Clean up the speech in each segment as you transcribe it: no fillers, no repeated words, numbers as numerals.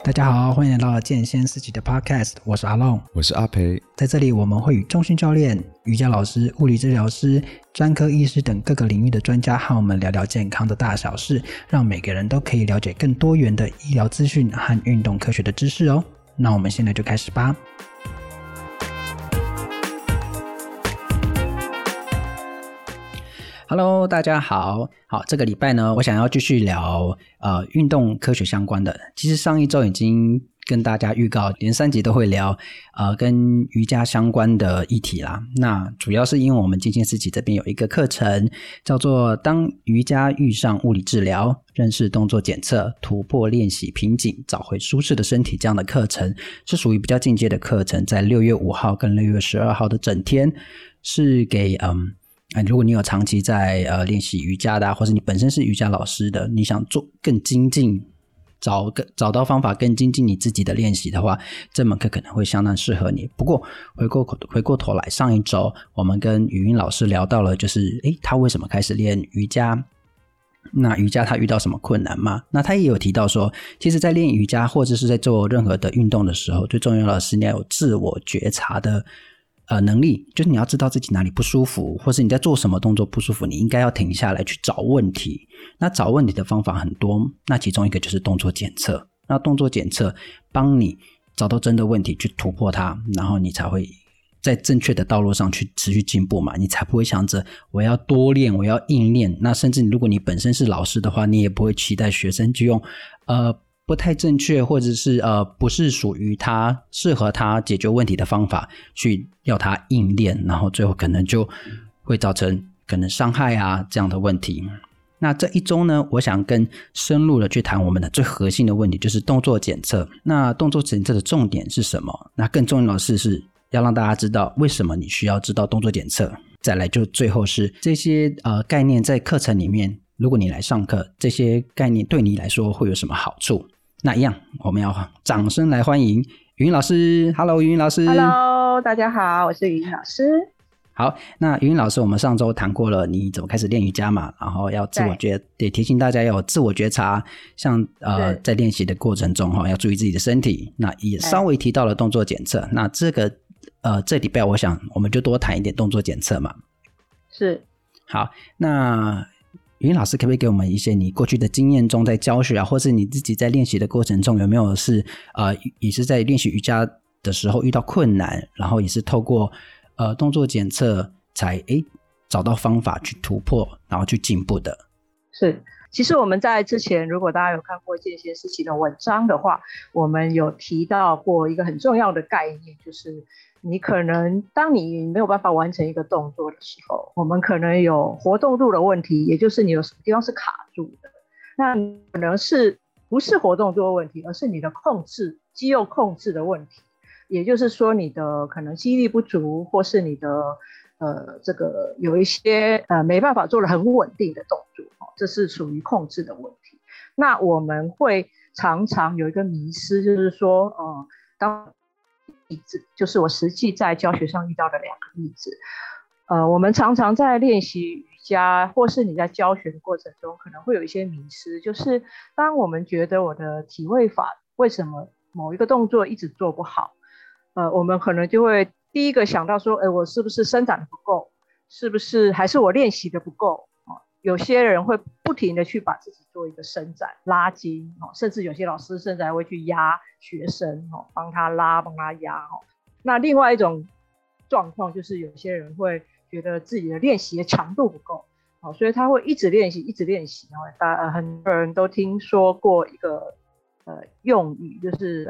大家好，欢迎来到健先思齐的 Podcast， 我是阿龙， 我是阿培。 在这里我们会与重训教练、瑜伽老师、物理治疗师、专科医师等各个领域的专家和我们聊聊健康的大小事，让每个人都可以了解更多元的医疗资讯和运动科学的知识哦。那我们现在就开始吧。Hello， 大家好。好，这个礼拜呢，我想要继续聊运动科学相关的。其实上一周已经跟大家预告，连3集都会聊跟瑜伽相关的议题啦。那主要是因为我们健先思齐这边有一个课程，叫做当瑜伽遇上物理治疗，认识动作检测，突破练习瓶颈，找回舒适的身体，这样的课程是属于比较进阶的课程，在6月5号跟6月12号的整天，是给如果你有长期在练习瑜伽的或是你本身是瑜伽老师的，你想做更精进，找到方法更精进你自己的练习的话，这门课可能会相当适合你。不过回过头来，上一周我们跟语音老师聊到了，就是他为什么开始练瑜伽，那瑜伽他遇到什么困难吗？那他也有提到说，其实在练瑜伽或者是在做任何的运动的时候，最重要的是你要有自我觉察的能力，就是你要知道自己哪里不舒服，或是你在做什么动作不舒服，你应该要停下来去找问题。那找问题的方法很多，那其中一个就是动作检测。那动作检测帮你找到真的问题，去突破它，然后你才会在正确的道路上去持续进步嘛，你才不会想着我要多练，我要硬练。那甚至如果你本身是老师的话，你也不会期待学生就用不太正确或者是不是属于他适合他解决问题的方法去要他硬练，然后最后可能就会造成可能伤害这样的问题。那这一周呢，我想更深入的去谈我们的最核心的问题，就是动作检测。那动作检测的重点是什么？那更重要的是要让大家知道为什么你需要知道动作检测。再来就最后是这些概念在课程里面，如果你来上课，这些概念对你来说会有什么好处？那一样我们要掌声来欢迎语音老师。 Hello， 语音老师。 Hello， 大家好，我是语音老师。 好，那语音老师，我们上周谈过了你怎么开始练瑜伽嘛，然后要自我得提醒大家要有自我觉察，像在练习的过程中要注意自己的身体。那也稍微提到了动作检测，那这礼拜我想我们就多谈一点动作检测嘛。是。好，那语音老师可不可以给我们一些你过去的经验中，在教学或是你自己在练习的过程中，有没有是也是在练习瑜伽的时候遇到困难，然后也是透过动作检测才找到方法去突破，然后去进步的？是。 其实我们在之前，如果大家有看过健先思齐的文章的话，我们有提到过一个很重要的概念，就是你可能当你没有办法完成一个动作的时候，我们可能有活动度的问题，也就是你有什么地方是卡住的。那可能不是活动度的问题，而是你的肌肉控制的问题，也就是说你的可能肌力不足，或是你的这个有一些没办法做得很稳定的动作，这是属于控制的问题。那我们会常常有一个迷思，就是说当例子，就是我实际在教学上遇到的2个例子。我们常常在练习瑜伽或是你在教学的过程中，可能会有一些迷思，就是当我们觉得我的体位法为什么某一个动作一直做不好，我们可能就会第一个想到说，我是不是伸展的不够，是不是还是我练习的不够。有些人会不停的去把自己做一个伸展拉筋，甚至有些老师甚至还会去压学生，帮他拉帮他压。那另外一种状况就是有些人会觉得自己的练习的强度不够，所以他会一直练习。很多人都听说过一个用语，就是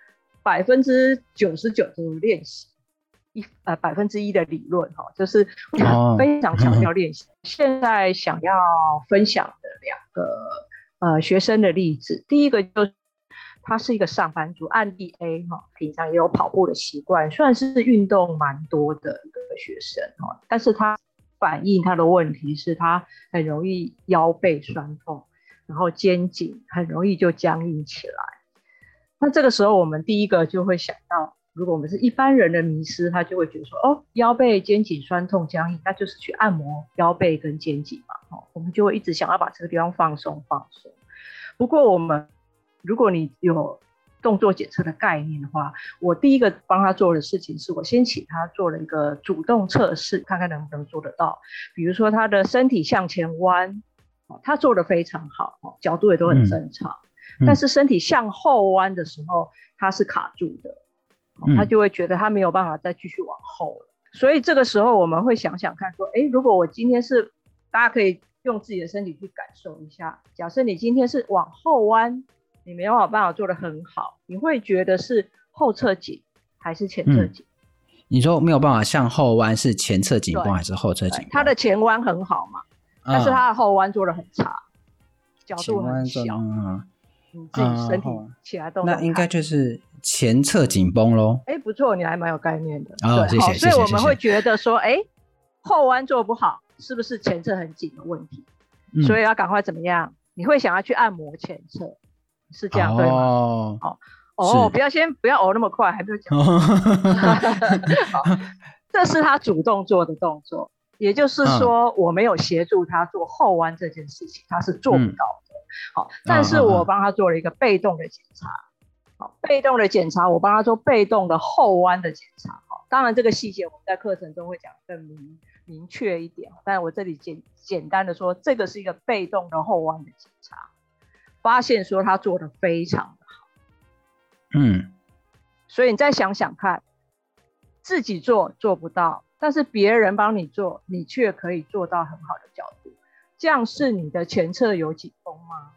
99%的练习1%的理论，就是非常强调练习。现在想要分享的2个学生的例子，第一个就是他是一个上班族，案例 A， 平常也有跑步的习惯，虽然是运动蛮多的一个学生，但是他反映他的问题是他很容易腰背酸痛，然后肩颈很容易就僵硬起来。那这个时候我们第一个就会想到，如果我们是一般人的迷思，他就会觉得说，腰背肩颈酸痛僵硬，那就是去按摩腰背跟肩颈嘛，我们就会一直想要把这个地方放松。不过如果你有动作检测的概念的话，我第一个帮他做的事情是我先请他做了一个主动测试，看看能不能做得到。比如说他的身体向前弯，他做得非常好，角度也都很正常，但是身体向后弯的时候他是卡住的，他就会觉得他没有办法再继续往后了。所以这个时候我们会想想看说，如果我今天是，大家可以用自己的身体去感受一下，假设你今天是往后弯，你没有办法做得很好，你会觉得是后侧紧还是前侧紧？ 你说没有办法向后弯，是前侧紧绷还是后侧紧绷？ 他的前弯很好嘛，但是他的后弯做得很差，角度很小，你自己身体起来动， 那应该就是前侧紧绷咯。 不错，你还蛮有概念的。 谢谢。 所以我们会觉得说，后弯做不好，是不是前侧很紧的问题？所以要赶快怎么样？你会想要去按摩前侧，是这样对吗？不要那么快，还没有讲。这是他主动做的动作，也就是说，我没有协助他做后弯这件事情，他是做不到的。但是我帮他做了一个被动的检查。被动的检查，我帮他做被动的后弯的检查。当然这个细节我们在课程中会讲更明确一点，但我这里简单的说，这个是一个被动的后弯的检查，发现说他做得非常的好。所以你再想想看，自己做不到，但是别人帮你做，你却可以做到很好的角度，这样是你的前侧有紧绷吗？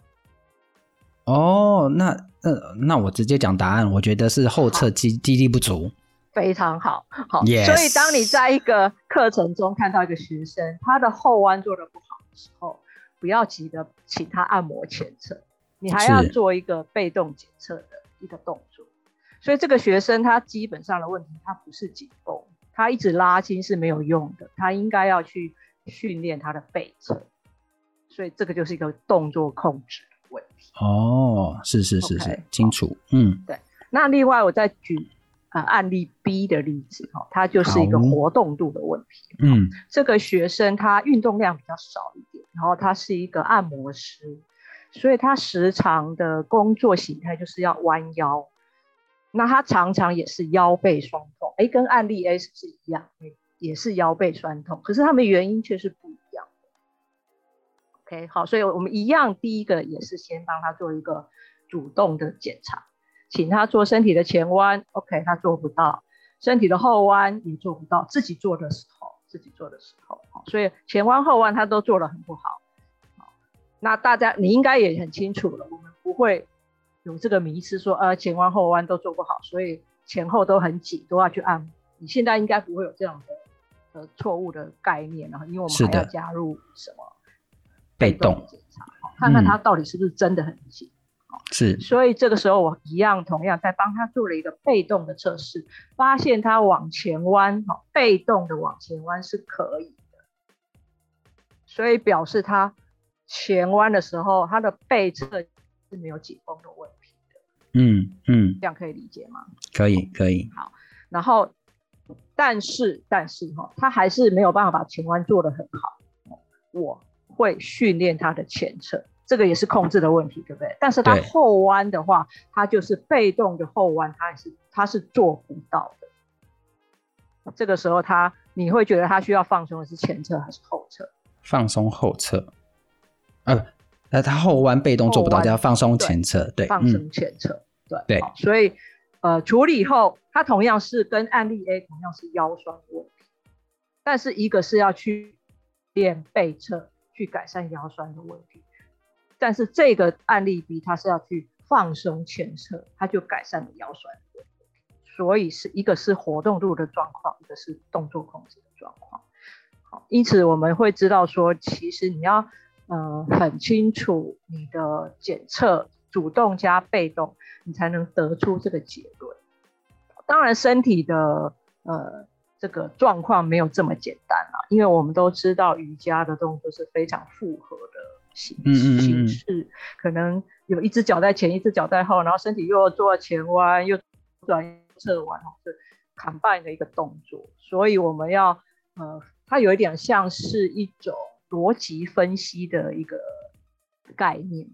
那我直接讲答案，我觉得是后侧肌力不足。 非常好。所以当你在一个课程中看到一个学生他的后弯做得不好的时候，不要急着请他按摩前侧，你还要做一个被动检测的一个动作。所以这个学生他基本上的问题，他不是紧绷，他一直拉筋是没有用的，他应该要去训练他的背侧。所以这个就是一个动作控制的问题。 是，清楚。 对。那另外我再举案例 B 的例子，它就是一个活动度的问题。这个学生他运动量比较少一点，然后他是一个按摩师，所以他时常的工作形态就是要弯腰，那他常常也是腰背酸痛。跟案例 A 是不是一样？也是腰背酸痛，可是他们原因却是不一样的。OK， 好，所以我们一样，第一个也是先帮他做一个主动的检查，请他做身体的前弯 ，OK， 他做不到，身体的后弯也做不到，自己做的时候，所以前弯后弯他都做得很不好。那你应该也很清楚了，我们不会有这个迷思说，前弯后弯都做不好，所以前后都很紧，都要去按摩。你现在应该不会有这样的错误的概念，然后因为我们还要加入什么被动检查，看看他到底是不是真的很紧。 是， 所以这个时候我同样在帮他做了一个被动的测试，发现他往前弯，被动的往前弯是可以的，所以表示他前弯的时候，他的背侧是没有紧绷的问题的。这样可以理解吗？ 可以。 好，然后但是他还是没有办法把前弯做得很好，我会训练他的前侧。这个也是控制的问题，对不对？但是他后弯的话，他就是被动的后弯，他是做不到的。这个时候你会觉得他需要放松的是前侧还是后侧？ 放松后侧。他后弯被动做不到，就要放松前侧。对， 放松前侧。对。所以处理后，他同样是跟案例 A 同样是腰酸的问题，但是一个是要去练背侧，去改善腰酸的问题。但是这个案例 B 它是要去放松前侧，它就改善了腰酸的问题。所以一个是活动度的状况，一个是动作控制的状况。好，因此我们会知道说，其实你要很清楚你的检测主动加被动，你才能得出这个结论。当然身体的这个状况没有这么简单啦，因为我们都知道瑜伽的动作是非常复合的形式，可能有一只脚在前，一只脚在后，然后身体又做前弯，又转侧弯，是 combine 的一个动作。所以我们要它有一点像是一种逻辑分析的一个概念吧，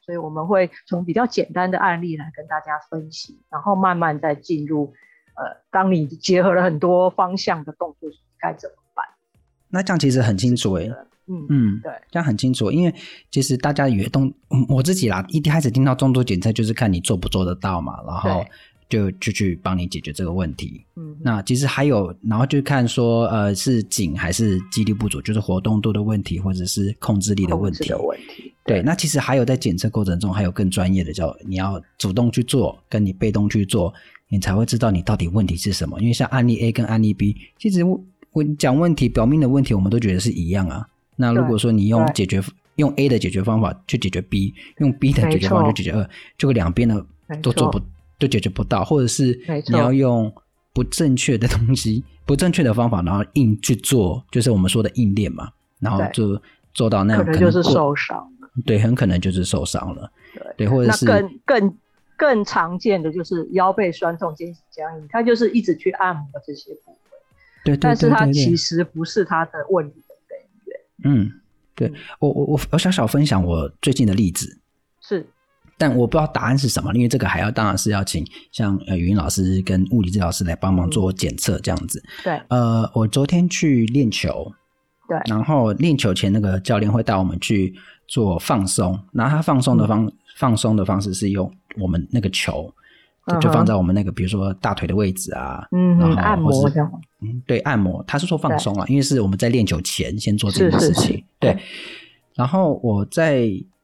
所以我们会从比较简单的案例来跟大家分析，然后慢慢再进入当你结合了很多方向的动作该怎么办。 那这样其实很清楚对，这样很清楚，因为其实大家以为我自己啦，一开始听到动作检测就是看你做不做得到嘛，然后就去帮你解决这个问题。那其实还有，然后就看说是紧还是肌力不足，就是活动度的问题，或者是控制力的问题。对，那其实还有在检测过程中还有更专业的，叫你要主动去做，跟你被动去做，你才会知道你到底问题是什么。因为像案例 A 跟案例 B， 其实我讲问题表面的问题我们都觉得是一样啊。那如果说你用用 A 的解决方法去解决 B， 用 B 的解决方法去解决2，结果两边的都解决不到，或者是你要用不正确的东西不正确的方法，然后硬去做，就是我们说的硬练嘛，然后就做到那样可能就是受伤了。 对，很可能就是受伤了。对，或者是那更常见的就是腰背酸痛、肩颈僵硬，它就是一直去按摩这些部位。 对， 但是它其实不是它的问题的根源。 对，我小小分享我最近的例子是， 但我不知道答案是什么，因为这个当然是要请像语音老师跟物理治疗师来帮忙做检测这样子。 对， 我昨天去练球， 对， 然后练球前那个教练会带我们去做放松，然后他放松的方式是用我们那个球。就放在我们那个比如说大腿的位置啊，然后按摩这样。 对，按摩，他是说放松啊，因为是我们在练球前先做这件事情。是对，然后我在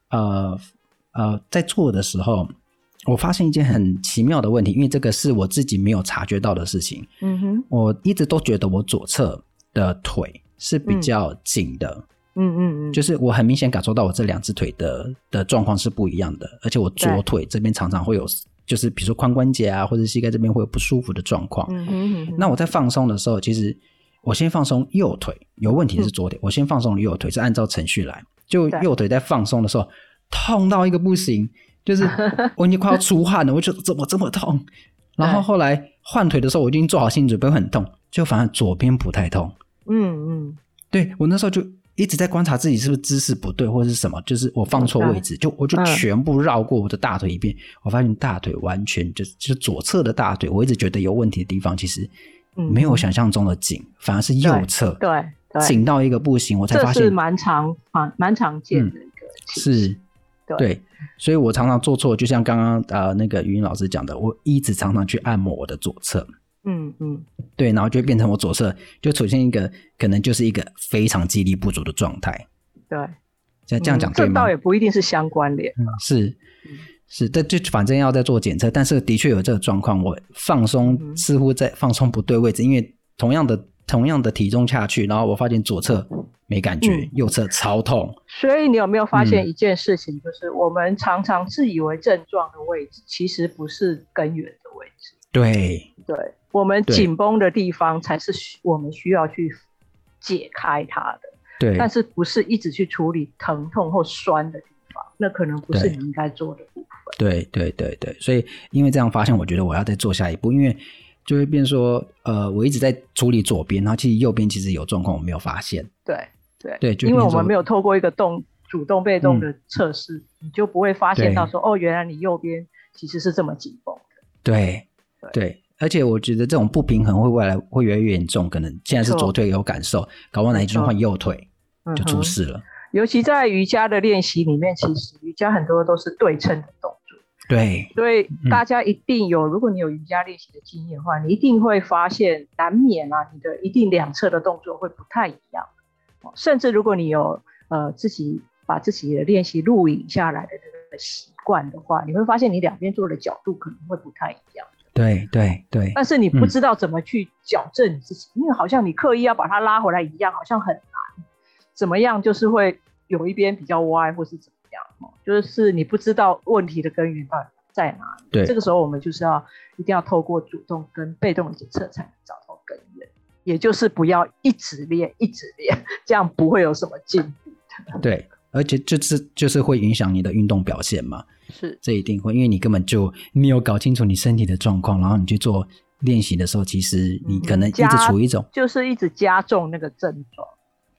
做的时候，我发现一件很奇妙的问题，因为这个是我自己没有察觉到的事情。我一直都觉得我左侧的腿是比较紧的。就是我很明显感受到我这两只腿的状况是不一样的，而且我左腿这边常常会有，就是比如说髋关节啊或者膝盖这边会有不舒服的状况。那我在放松的时候，其实我先放松右腿，有问题是左腿，我先放松了右腿，是按照程序来，就右腿在放松的时候痛到一个不行，就是我已经快要出汗了，我觉得怎么这么痛，然后后来换腿的时候我已经做好心理准备会很痛，就反而左边不太痛。对，我那时候就一直在观察自己是不是姿势不对或者是什么，就是我放错位置，我就全部绕过我的大腿一遍，我发现大腿完全就是左侧的大腿，我一直觉得有问题的地方其实没有想象中的紧，反而是右侧紧到一个不行，我才发现这是蛮常见的一个是对，所以我常常做错，就像刚刚那个语音老师讲的，我一直常常去按摩我的左侧。对，然后就变成我左侧就出现一个可能就是一个非常肌力不足的状态。 对， 这样讲对吗？ 这倒也不一定是相关联。 是，但就反正要再做检测，但是的确有这个状况，我放松似乎在放松不对位置，因为同样的体重下去，然后我发现左侧没感觉，右侧超痛。 所以你有没有发现一件事情，就是我们常常自以为症状的位置其实不是根源的位置。 对， 我们紧绷的地方才是我们需要去解开它的。对，但是不是一直去处理疼痛或酸的地方，那可能不是你应该做的部分。 对，所以因为这样发现，我觉得我要再做下一步，因为就会变说我一直在处理左边，然后其实右边其实有状况我没有发现。对， 因为我们没有透过一个主动被动的测试，你就不会发现到说原来你右边其实是这么紧绷的。 对，而且我觉得这种不平衡未来会越来越严重，可能现在是左腿有感受，搞不好哪一天换右腿就出事了。 尤其在瑜伽的练习里面，其实瑜伽很多都是对称的动作。 对， 所以大家一定有，如果你有瑜伽练习的经验的话，你一定会发现难免你的一定两侧的动作会不太一样。甚至如果你有自己把自己的练习录影下来的这个习惯的话，你会发现你两边做的角度可能会不太一样。 对， 但是你不知道怎么去矫正你自己，因为好像你刻意要把它拉回来一样，好像很难。怎么样就是会有一边比较歪或是怎么样，就是你不知道问题的根源到底在哪里。对，这个时候我们就是一定要透过主动跟被动的检测才能找到根源，也就是不要一直练，这样不会有什么进步的。 对，而且就是会影响你的运动表现嘛。 是， 这一定会，因为你根本就没有搞清楚你身体的状况，然后你去做练习的时候，其实你可能一直处于一种就是一直加重那个症状。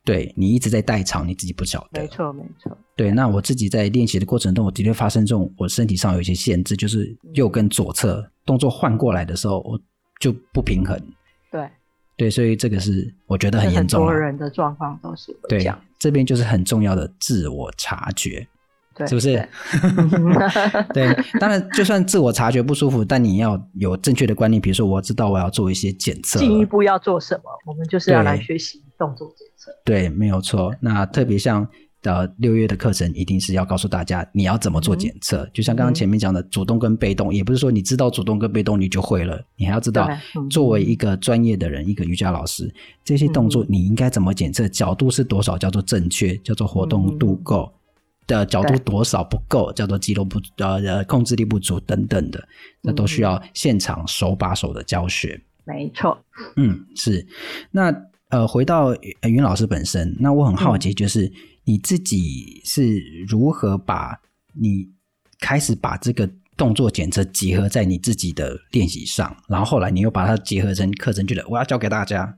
对，你一直在代偿，你自己不晓得。 没错没错。 对，那我自己在练习的过程中，我的确发生这种我身体上有一些限制，就是右跟左侧动作换过来的时候，我就不平衡。对，所以这个是我觉得很严重很多人的状况都是这样。 对，这边就是很重要的自我察觉。是不是？对，当然就算自我察觉不舒服，但你要有正确的观念，比如说我知道我要做一些检测， 进一步要做什么，我们就是要来学习动作检测。 对，没有错。那特别像6月的课程一定是要告诉大家你要怎么做检测，就像刚刚前面讲的主动跟被动，也不是说你知道主动跟被动你就会了，你还要知道作为一个专业的人，一个瑜伽老师，这些动作你应该怎么检测，角度是多少叫做正确，叫做活动度够的角度多少不够，叫做肌肉控制力不足等等的，那都需要现场手把手的教学。 没错。 是。那回到云老师本身，那我很好奇，就是你自己是如何你开始把这个动作检测结合在你自己的练习上，然后后来你又把它结合成课程，觉得我要教给大家。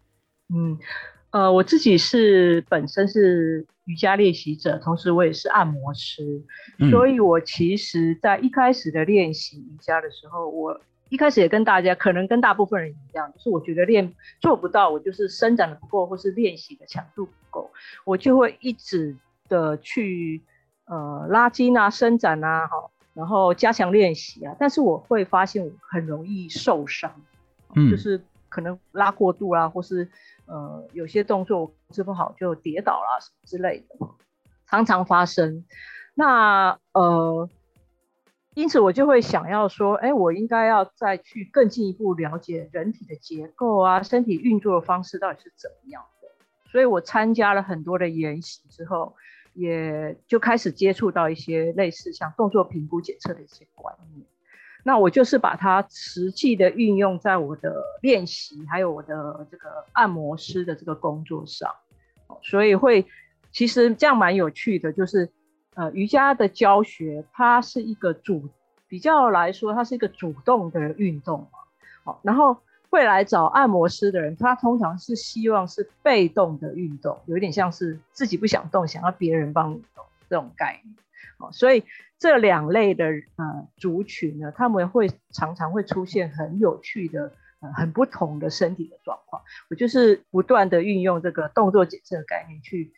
我自己本身是瑜伽练习者，同时我也是按摩师，所以我其实在一开始的练习瑜伽的时候，我一开始也跟大家可能跟大部分人一样，就是我觉得做不到，我就是伸展的不够，或是练习的强度不够，我就会一直的去拉筋啊、伸展啊，然后加强练习啊，但是我会发现我很容易受伤，就是可能拉过度啊，或是有些动作我控制不好就跌倒啦什么之类的，常常发生。那因此我就会想要说，我应该要再去更进一步了解人体的结构啊，身体运作的方式到底是怎么样的。所以我参加了很多的研习之后，也就开始接触到一些类似像动作评估检测的一些观念。那我就是把它实际的运用在我的练习还有我的这个按摩师的这个工作上，所以其实这样蛮有趣的，就是瑜伽的教学它是一个比较来说它是一个主动的运动嘛，然后会来找按摩师的人，他通常是希望是被动的运动，有一点像是自己不想动，想要别人帮你动这种概念。所以这两类的族群呢，他们常常会出现很有趣的很不同的身体的状况。我就是不断的运用这个动作检测的概念去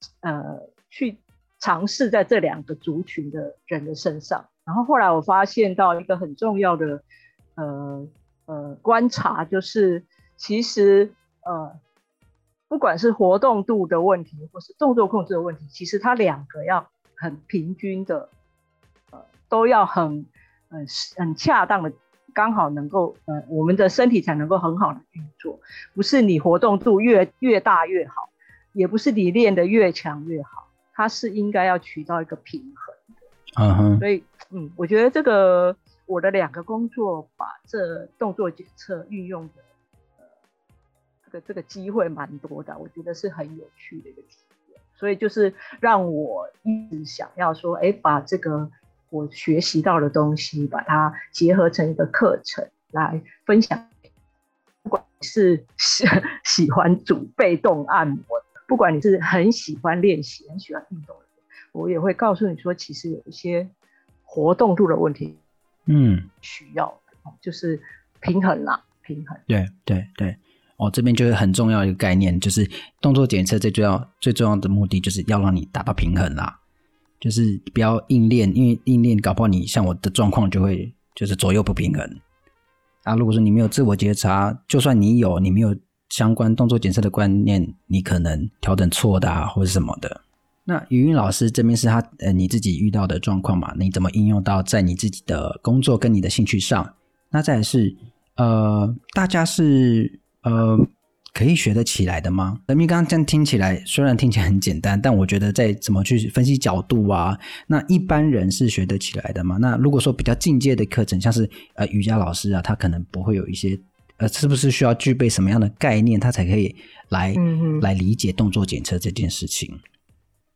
尝试在这两个族群的人的身上。然后后来我发现到一个很重要的观察，就是其实不管是活动度的问题或是动作控制的问题，其实它两个要很平均的，都要很恰当的，刚好能够我们的身体才能够很好的运作。不是你活动度越大越好，也不是你练得越强越好，它是应该要取到一个平衡的。所以我觉得这个我的两个工作把这动作检测运用的这个机会蛮多的，我觉得是很有趣的一个体验。所以就是让我一直想要说，把这个我学习到的东西，把它结合成一个课程来分享。不管你是喜欢主被动按摩的，不管你是很喜欢练习、很喜欢运动的人，我也会告诉你说，其实有一些活动度的问题，需要的就是平衡啦，平衡。 对对对。这边就是很重要的一个概念，就是动作检测最重要的目的就是要让你达到平衡啦，就是不要硬练，因为硬练搞不好你像我的状况就会就是左右不平衡啊。如果说你没有自我觉察，就算你没有相关动作检测的观念，你可能调整错的或者什么的。那于云老师这边是你自己遇到的状况嘛，你怎么应用到在你自己的工作跟你的兴趣上？那再来是大家是可以学得起来的吗？因为刚刚这样听起来，虽然听起来很简单，但我觉得在怎么去分析角度啊，那一般人是学得起来的吗？那如果说比较进阶的课程，像是瑜伽老师啊，他可能不会有一些是不是需要具备什么样的概念，他才可以来理解动作检测这件事情？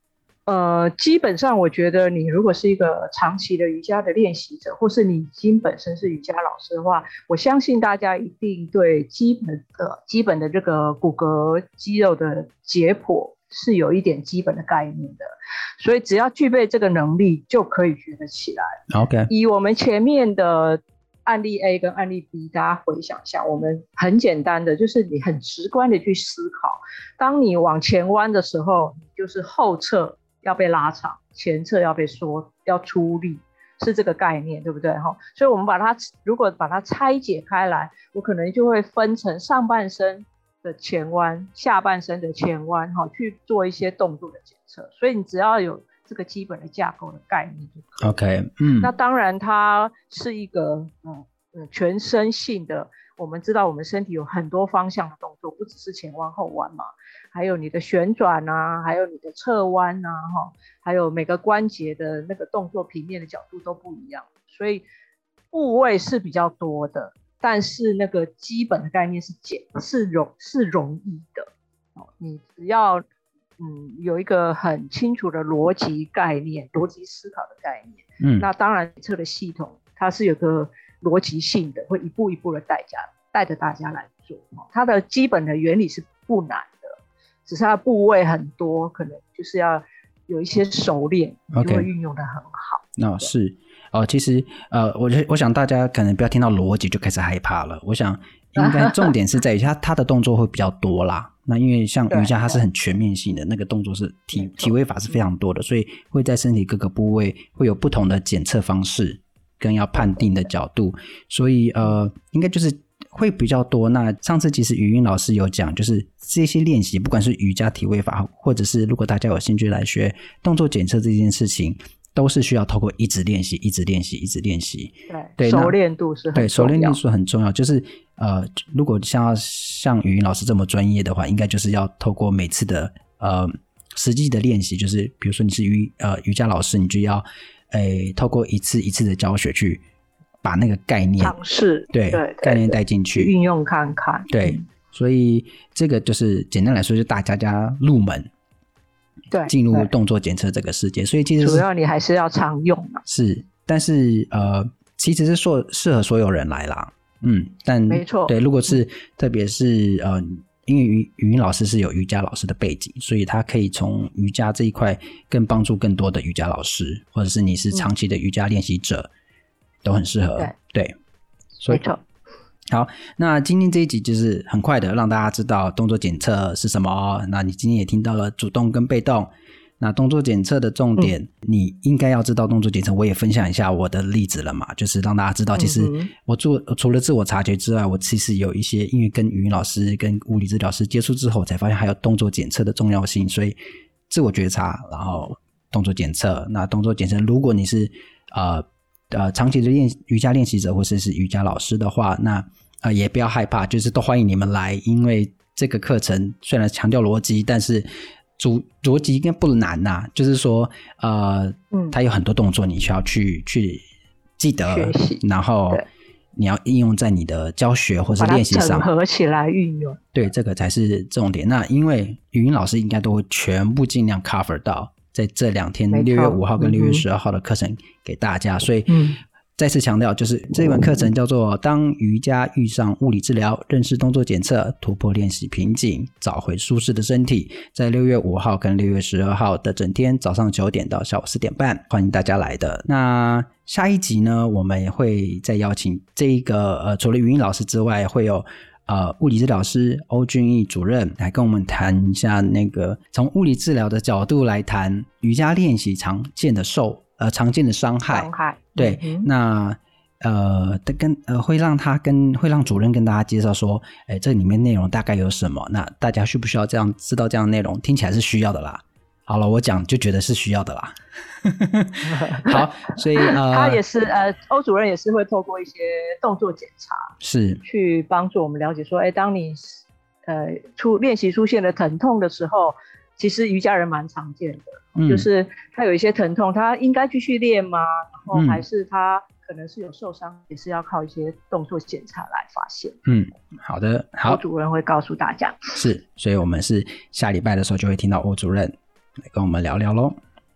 基本上我觉得你如果是一个长期的瑜伽的练习者，或是你已经本身是瑜伽老师的话，我相信大家一定对基本的这个骨骼肌肉的解剖是有一点基本的概念的，所以只要具备这个能力就可以学得起来。 OK， 以我们前面的案例 A 跟案例 B， 大家回想一下，我们很简单的，就是你很直观的去思考，当你往前弯的时候，你就是后侧要被拉长，前侧要被要出力，是这个概念，对不对？所以我们如果把它拆解开来，我可能就会分成上半身的前弯、下半身的前弯，去做一些动作的检测。所以你只要有这个基本的架构的概念就可以。 OK， 那当然它是一个全身性的，我们知道我们身体有很多方向的动作，不只是前弯后弯嘛，还有你的旋转啊，还有你的侧弯啊，还有每个关节的那个动作平面的角度都不一样，所以部位是比较多的，但是那个基本的概念是容易的。你只要有一个很清楚的逻辑概念，逻辑思考的概念，那当然测的系统它是有个逻辑性的，会一步一步的带着大家来做。它的基本的原理是不难的，只是它的部位很多，可能就是要有一些熟练，就会运用的很好。 是其实我想大家可能不要听到逻辑就开始害怕了，我想应该重点是在于它的动作会比较多啦。那因为像瑜伽它是很全面性的，那个动作是体位法是非常多的，所以会在身体各个部位会有不同的检测方式跟要判定的角度，所以应该就是会比较多。那上次其实语音老师有讲，就是这些练习不管是瑜伽体位法，或者是如果大家有兴趣来学动作检测这件事情，都是需要透过一直练习对， 熟练度是很重要， 对，熟练度是很重要。就是如果像语音老师这么专业的话，应该就是要透过每次的实际的练习，就是比如说你是瑜伽老师，你就要透过一次一次的教学去把那个概念尝试，对概念带进去运用看看。 对，所以这个就是简单来说，就大家入门， 对， 进入动作检测这个世界。所以其实主要你还是要常用嘛。 是，但是其实是适合所有人来啦。但没错， 对，如果是特别是因为语音老师是有瑜伽老师的背景，所以他可以从瑜伽这一块更帮助更多的瑜伽老师，或者是你是长期的瑜伽练习者，都很适合。对，所以没错。 好，那今天这一集就是很快的让大家知道动作检测是什么。那你今天也听到了主动跟被动。那动作检测的重点，你应该要知道动作检测。我也分享一下我的例子了嘛，就是让大家知道，其实我除了自我察觉之外，我其实有一些因为跟语音老师跟物理治疗师接触之后，才发现还有动作检测的重要性，所以自我觉察，然后动作检测。那动作检测，如果你是长期的瑜伽练习者或者是瑜伽老师的话，那也不要害怕，就是都欢迎你们来，因为这个课程虽然强调逻辑，但是逻辑应该不难呐，就是说它有很多动作你需要去记得，然后你要应用在你的教学或是练习上， 把它整合起来运用。 对，这个才是重点。那因为语音老师应该都会全部尽量 cover 到在这2天6月5号跟6月12号的课程给大家，所以再次强调，就是这门课程叫做当瑜伽遇上物理治疗，认识动作检测，突破练习瓶颈，找回舒适的身体。在6月5号跟6月12号的整天早上9点到下午4点半，欢迎大家来的。那下一集呢，我们也会再邀请这一个除了语音老师之外，会有物理治疗师欧俊义主任来跟我们谈一下那个从物理治疗的角度来谈瑜伽练习常见的伤害。对，那会让主任跟大家介绍说，这里面内容大概有什么？那大家需不需要知道这样的内容？听起来是需要的啦。好了，我讲就觉得是需要的啦。好，所以他也是欧主任也是会透过一些动作检查， 是去帮助我们了解说，当你练习出现了疼痛的时候，其实瑜伽人蛮常见的，就是他有一些疼痛，他应该继续练吗？然后还是他可能是有受伤，也是要靠一些动作检查来发现。 好的，好， 欧主任会告诉大家。 是，所以我们是下礼拜的时候就会听到欧主任来跟我们聊聊咯。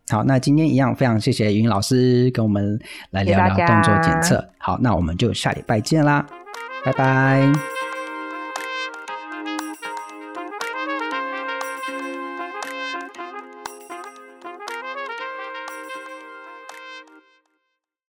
好，那今天一样非常谢谢云老师跟我们来聊聊动作检测。好，那我们就下礼拜见啦，拜拜。